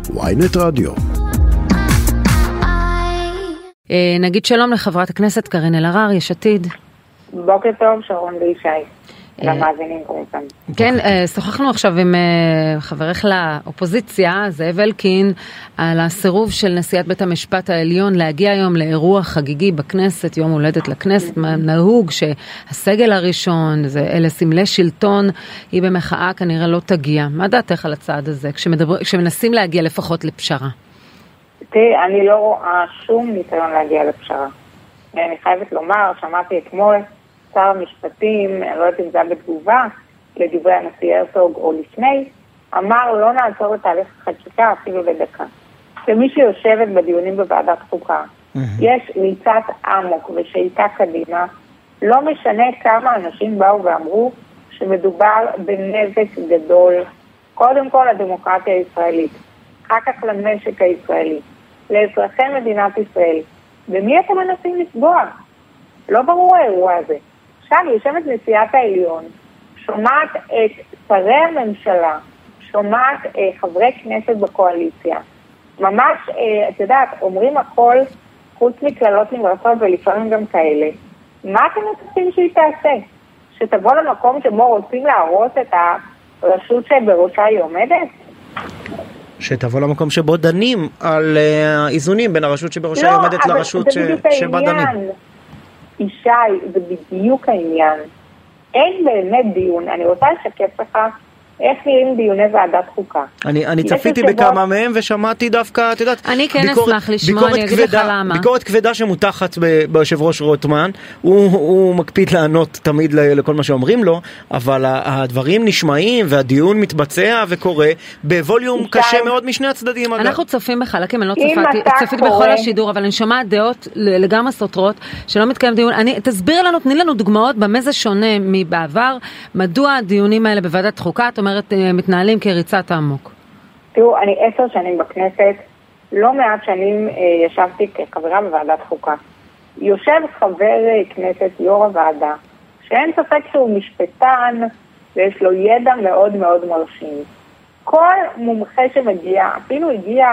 ynet רדיו. נגיד שלום לחברת הכנסת קארין אלהרר, יש עתיד. בוקר טוב, שרון וישי. למאזינים כמובן. כן, שוחחנו עכשיו עם חברך לאופוזיציה, זאב אלקין, על הסירוב של נשיאת בית המשפט העליון להגיע היום לאירוע חגיגי בכנסת, יום הולדת לכנסת. נהוג שהסגל הראשון, אלה סמלי שלטון, היא במחאה כנראה לא תגיע. מה דעתך על הצעד הזה, כשמנסים להגיע לפחות לפשרה? תראי, אני לא רואה שום ניסיון להגיע לפשרה. אני חייבת לומר, שמעתי אתמול שר המשפטים, אני לא יודעת אם זה היה בתגובה לדברי הנשיא הרצוג או לפני, אמר לא נעצור את תהליך החקיקה אפילו לדקה. ומי שיושבת בדיונים בוועדת חוקה, יש ריצת עמוק ושאיתה קדימה, לא משנה כמה אנשים באו ואמרו שמדובר בנזק גדול, קודם כל לדמוקרטיה הישראלית, אחר כך למשק הישראלי, לאזרחי מדינת ישראל. במי אתם מנסים לפגוע? לא ברור האירוע הזה. עכשיו יושבת נשיאת העליון, שומעת את שרי הממשלה, שומעת חברי כנסת בקואליציה. ממש, את יודעת, אומרים הכל חוץ מכללות נמרצות ולפעמים גם כאלה. מה אתם מצפים שהיא תעשה? שתבוא למקום שבו רוצים להרוס את הרשות שבראשה היא עומדת? שתבוא למקום שבו דנים על האיזונים בין הרשות שבראשה היא עומדת לרשות שבה דנים. ישי, זה בדיוק העניין. אין באמת דיון. אני רוצה לשקף לך איך נראים דיוני ועדת חוקה. אני צפיתי בכמה מהם ושמעתי דווקא, את יודעת, אני כן אשמח לשמוע, אני אגיד לך למה. ביקורת כבדה שמותחת ביושב ראש רוטמן, הוא מקפיד לענות תמיד לכל מה שאומרים לו, אבל הדברים נשמעים והדיון מתבצע וקורה בווליום קשה מאוד משני הצדדים. אנחנו צופים בחלקים, אני לא צפיתי בכל השידור, אבל אני שומעת דעות לגמרי סותרות, שלא מתקיים דיון. תסביר לנו, תני לנו דוגמאות במה זה שונה מבעבר, מדוע הדיונים האלה בוועדת חוקה מתנהלים כריצת עמוק. תראו, אני 10 שנים בכנסת, לא מעט שנים ישבתי כחברה בוועדת חוקה. יושב חבר כנסת, יו"ר הוועדה, שאין ספק שהוא משפטן ויש לו ידע מאוד מאוד מרשים. כל מומחה שמגיע, אפילו הגיע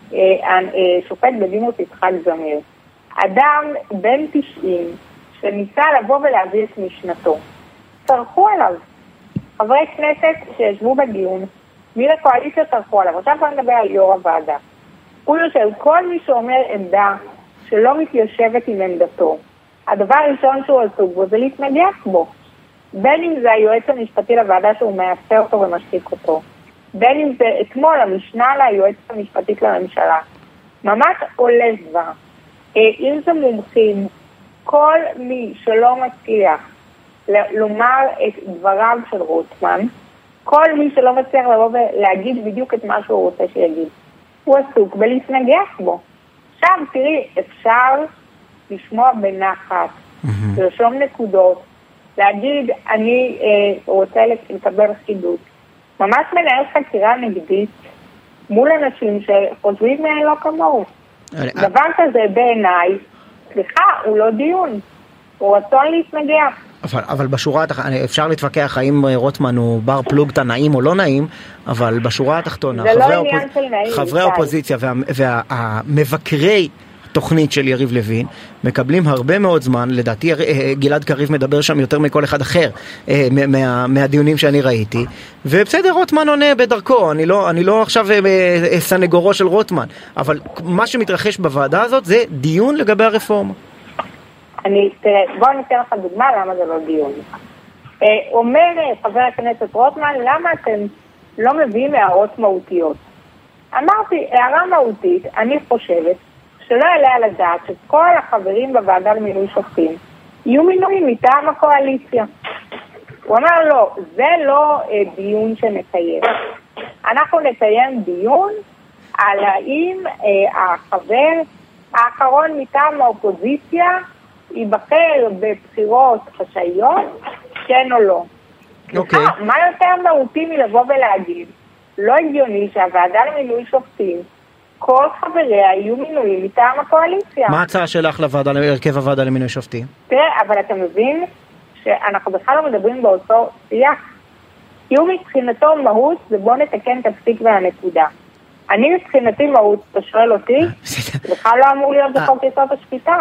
שופט בדימוס יצחק זמיר, אדם בן 90 שניסה לבוא ולהביא את משנתו. צרכו עליו. חברי כנסת שישבו בדיון, מי לקואליציה צרכו עליו. עכשיו אני מדבר על יו"ר הוועדה. הוא יושב, כל מי שאומר עמדה שלא מתיישבת עם עמדתו, הדבר הראשון שהוא עסוק בו זה להתנגח בו. בין אם זה היועץ המשפטי לוועדה שהוא מאפשר אותו ומשתיק אותו, בין אם זה אתמול המשנה ליועצת המשפטית לממשלה. ממש עולה זווה. אם זה מומחים, כל מי שלא מצליח לומר את דבריו של רוטמן, כל מי שלא מצליח לבוא ולהגיד בדיוק את מה שהוא רוצה שיגיד, הוא עסוק בלהתנגח בו. עכשיו, תראי, אפשר לשמוע בנחת, לרשום נקודות, להגיד, אני רוצה לקבל חידוש. ממש מנהל חקירה נגדית מול אנשים שחושבים לא כמוהו. דבר כזה בעיניי, סליחה, הוא לא דיון, הוא רצון להתנגח. אבל בשורה התחתונה, אפשר להתווכח האם רוטמן הוא בר פלוגתא נעים או לא נעים, אבל בשורה התחתונה, חברי האופוזיציה והמבקרי תוכנית של יריב לוין מקבלים הרבה מאוד זמן, לדעתי גלעד קריב מדבר שם יותר מכל אחד אחר מהדיונים שאני ראיתי, ובסדר, רוטמן עונה בדרכו, אני לא עכשיו סנגורו של רוטמן, אבל מה שמתרחש בוועדה הזאת זה דיון לגבי הרפורמה. תראה, בואו ניתן לך דוגמה למה זה לא דיון. אומר חבר הכנסת רוטמן, למה אתם לא מביאים הערות מהותיות? אמרתי, הערה מהותית, אני חושבת שלא יעלה על הדעת שכל החברים בוועדה למינוי שופטים יהיו מינויים מטעם הקואליציה. הוא אמר לא, זה לא דיון שנקיים. אנחנו נקיים דיון על האם החבר האחרון מטעם האופוזיציה ייבחר בבחירות חשאיות, כן או לא. מה יותר מהותי מלבוא ולהגיד, לא הגיוני שהוועדה למינוי שופטים, כל חבריה יהיו מינויים מטעם הקואליציה. מה ההצעה שלך להרכב הוועדה למינוי שופטים? תראה, אבל אתה מבין שאנחנו בכלל לא מדברים באותו שיח. כי הוא מבחינתו מהות, ובוא נתקן את הפסיק והנקודה. אני מבחינתי מהות, אתה שואל אותי, בכלל לא אמור להיות בחוק יסוד השפיטה.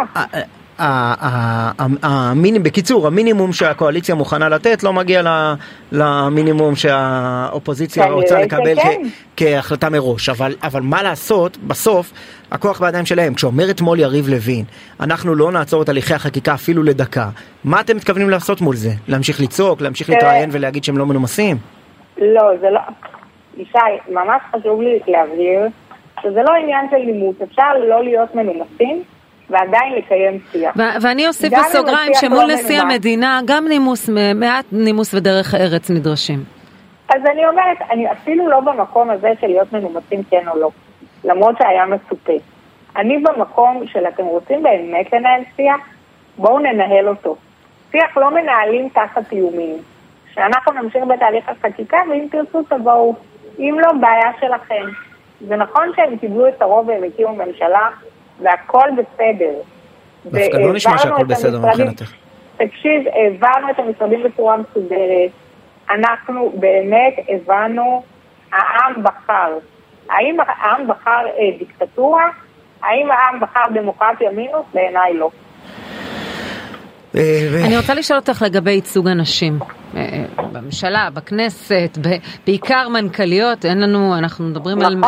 בקיצור, המינימום שהקואליציה מוכנה לתת לא מגיע למינימום שהאופוזיציה רוצה לקבל כהחלטה מראש. אבל מה לעשות, בסוף, הכוח בידיים שלהם. כשאומר אתמול יריב לוין, אנחנו לא נעצור את הליכי החקיקה אפילו לדקה. מה אתם מתכוונים לעשות מול זה? להמשיך לצעוק, להמשיך להתראיין ולהגיד שהם לא מנומסים? לא, זה לא... ישי, ממש חשוב לי להבהיר שזה לא עניין של לימוס. אפשר לא להיות מנומסים ועדיין לקיים שיח. ואני אוסיף בסוגריים שמול נשיא המדינה גם מעט נימוס ודרך הארץ נדרשים. אז אני אומרת, אני אפילו לא במקום הזה של להיות מנומסים כן או לא, למרות שהיה מצופה. אני במקום של אתם רוצים באמת לנהל שיח, בואו ננהל אותו. שיח לא מנהלים תחת איומים. שאנחנו נמשיך בתהליך החקיקה, ואם תרצו תבואו, אם לא בעיה שלכם. זה נכון שהם קיבלו את הרוב והם הקימו ממשלה, והכל בסדר. דווקא לא נשמע שהכל בסדר מבחינתך. תקשיב, הבנו את המשרדים בצורה מסודרת. אנחנו באמת הבנו, העם בחר. האם העם בחר דיקטטורה? האם העם בחר דמוקרטיה מינוס? בעיניי לא. אני רוצה לשאול אותך לגבי ייצוג אנשים בממשלה, בכנסת, בעיקר מנכ"ליות. אנחנו מדברים על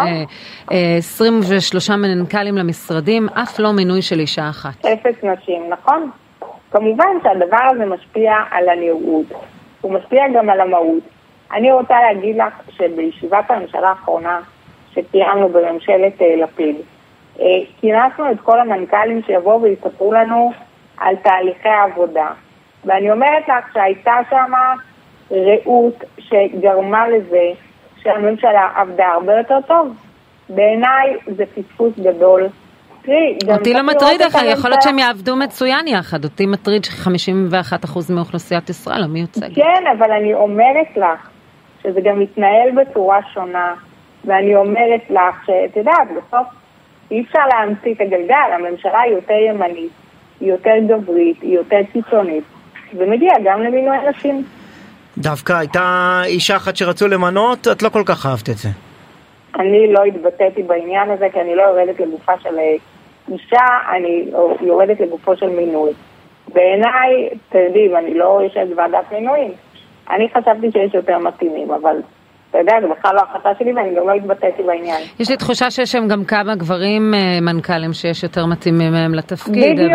23 מנכ"לים למשרדים, אף לא מינוי של אישה אחת. 0 נשים, נכון? כמובן שהדבר הזה משפיע על הנראות, הוא משפיע גם על המהות. אני רוצה להגיד לך שבישיבת הממשלה האחרונה שקיימנו בממשלת לפיד, כינסנו את כל המנכ"לים שיבואו ויספרו לנו על תהליכי העבודה. ואני אומרת לך שהייתה שם ראות שגרמה לזה שהממשלה עבדה הרבה יותר טוב. בעיניי זה פספוס גדול. אותי לא מטריד לך, יכול להיות שהם יעבדו מצוין יחד. אותי מטריד ש51% מאוכלוסיית ישראל לא מיוצגת. כן, אבל אני אומרת לך שזה גם מתנהל בצורה שונה. ואני אומרת לך שאת יודעת, בסוף אי אפשר להמציא את הגלגל. הממשלה היא יותר ימנית, היא יותר גברית, היא יותר קיצונית. זה מגיע גם למינוי אנשים. דווקא הייתה אישה אחת שרצו למנות, את לא כל כך אהבת את זה. אני לא התבטאתי בעניין הזה, כי אני לא יורדת לגופה של אישה, אני יורדת לגופו של מינוי. בעיניי, תרדים, אני לא יושבת ועדת מינויים. אני חשבתי שיש יותר מתאימים, אבל אתה יודע, זה בכלל לא החלטה שלי ואני גם לא התבטאתי בעניין. יש לי תחושה שיש שם גם כמה גברים מנכ"לים שיש יותר מתאימים מהם לתפקיד. בדיוק,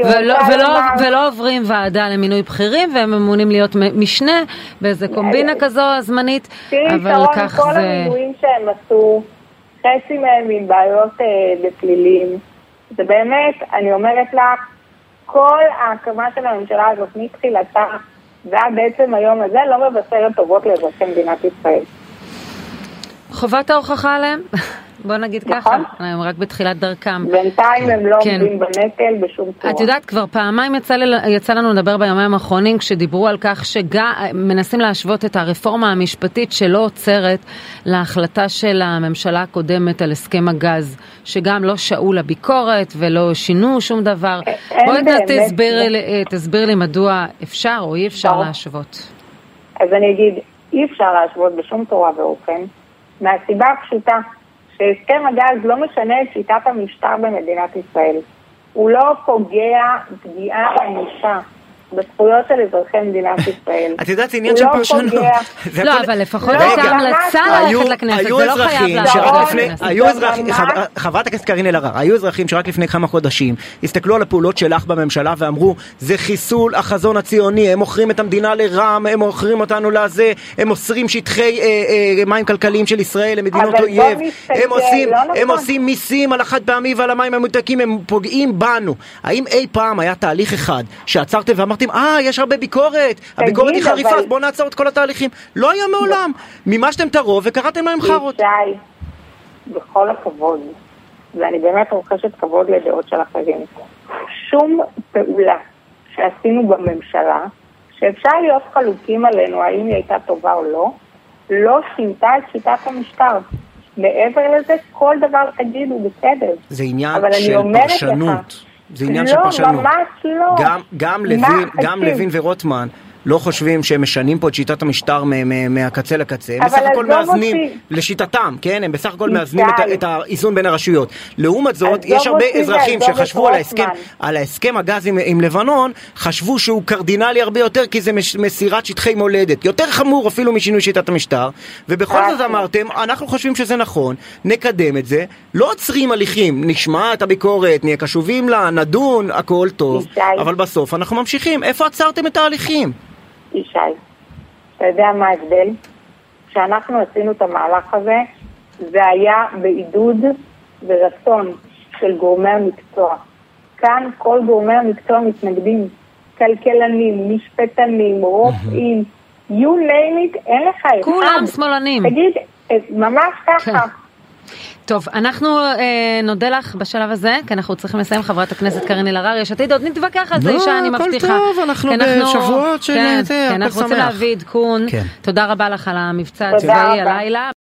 ולא עוברים ועדה למינוי בכירים, והם ממונים להיות משנה, באיזה קומבינה כזו זמנית. אבל כך זה... כל המינויים שהם עשו, חצי מהם עם בעיות בפלילים. זה באמת, אני אומרת לך, כל ההקמה של הממשלה הזאת מתחילתה, ועד בעצם היום הזה לא מבשרת טובות לאזרחי מדינת ישראל. חובת ההוכחה עליהם? בוא נגיד ככה, הם רק בתחילת דרכם. בינתיים הם לא עומדים בנטל בשום צורה. את יודעת, כבר פעמיים יצא לנו לדבר ביומיים האחרונים, כשדיברו על כך שמנסים להשוות את הרפורמה המשפטית שלא עוצרת להחלטה של הממשלה הקודמת על הסכם הגז, שגם לא שעו לביקורת ולא שינו שום דבר. בואי תסביר לי מדוע אפשר או אי אפשר להשוות. אז אני אגיד, אי אפשר להשוות בשום תורה ואופן, מהסיבה הפשוטה שהסכם הגז לא משנה את שיטת המשטר במדינת ישראל. הוא לא פוגע פגיעה אנושה בזכויות של אזרחי מדינת ישראל. את יודעת, עניין של פרשנות. לא, אבל לפחות הייתה המלצה ללכת לכנסת, זה לא חייב לכנסת. חברת הכנסת קארין אלהרר, היו אזרחים שרק לפני כמה חודשים הסתכלו על הפעולות שלך בממשלה ואמרו, זה חיסול החזון הציוני, הם מוכרים את המדינה לרם, הם מוכרים אותנו לזה, הם מוסרים שטחי מים כלכליים של ישראל למדינות אויב, הם עושים מיסים על החד פעמי ועל המים המותקים, הם פוגעים בנו. האם אי פעם היה תהליך אחד שעצרתם ואמרתם, יש הרבה ביקורת, הביקורת היא חריפה, אז בואו נעצור את כל התהליכים. לא היה מעולם. מימשתם את הרוב וקראתם להם חרות. בכל הכבוד, ואני באמת רוכשת כבוד לדעות של אחרים, שום פעולה שעשינו בממשלה, שאפשר להיות חלוקים עלינו, האם היא הייתה טובה או לא, לא שינתה את שיטת המשטר. מעבר לזה, כל דבר תגידו בסדר. זה עניין של פרשנות. זה עניין של פרשנות. ממש לא. גם לוין ורוטמן לא חושבים שהם משנים פה את שיטת המשטר מהקצה לקצה, הם בסך הכל מאזנים לשיטתם, כן? הם בסך הכל מאזנים את האיזון בין הרשויות. לעומת זאת, יש הרבה אזרחים שחשבו על ההסכם הגז עם לבנון, חשבו שהוא קרדינלי הרבה יותר, כי זה מסירת שטחי מולדת, יותר חמור אפילו משינוי שיטת המשטר, ובכל זאת אמרתם, אנחנו חושבים שזה נכון, נקדם את זה, לא עוצרים הליכים, נשמע את הביקורת, נהיה קשובים לה, נדון, הכל טוב, אבל בסוף אנחנו ממשיכים. איפה עצרתם את ההליכים? ישי, אתה יודע מה ההבדל? כשאנחנו עשינו את המהלך הזה, זה היה בעידוד ורצון של גורמי המקצוע. כאן כל גורמי המקצוע מתנגדים, כלכלנים, משפטנים, רופאים, you name it, אין לך אחד. כולם שמאלנים. תגיד, ממש ככה. טוב, אנחנו נודה לך בשלב הזה, כי אנחנו צריכים לסיים. חברת הכנסת קארין אלהרר, יש עתיד, עוד נתווכח על זה, אישה, אני מבטיחה. לא, הכל טוב, אנחנו בשבועות של זה, אנחנו רוצים להביא עדכון. תודה רבה לך על המבצע הצבאי הלילה.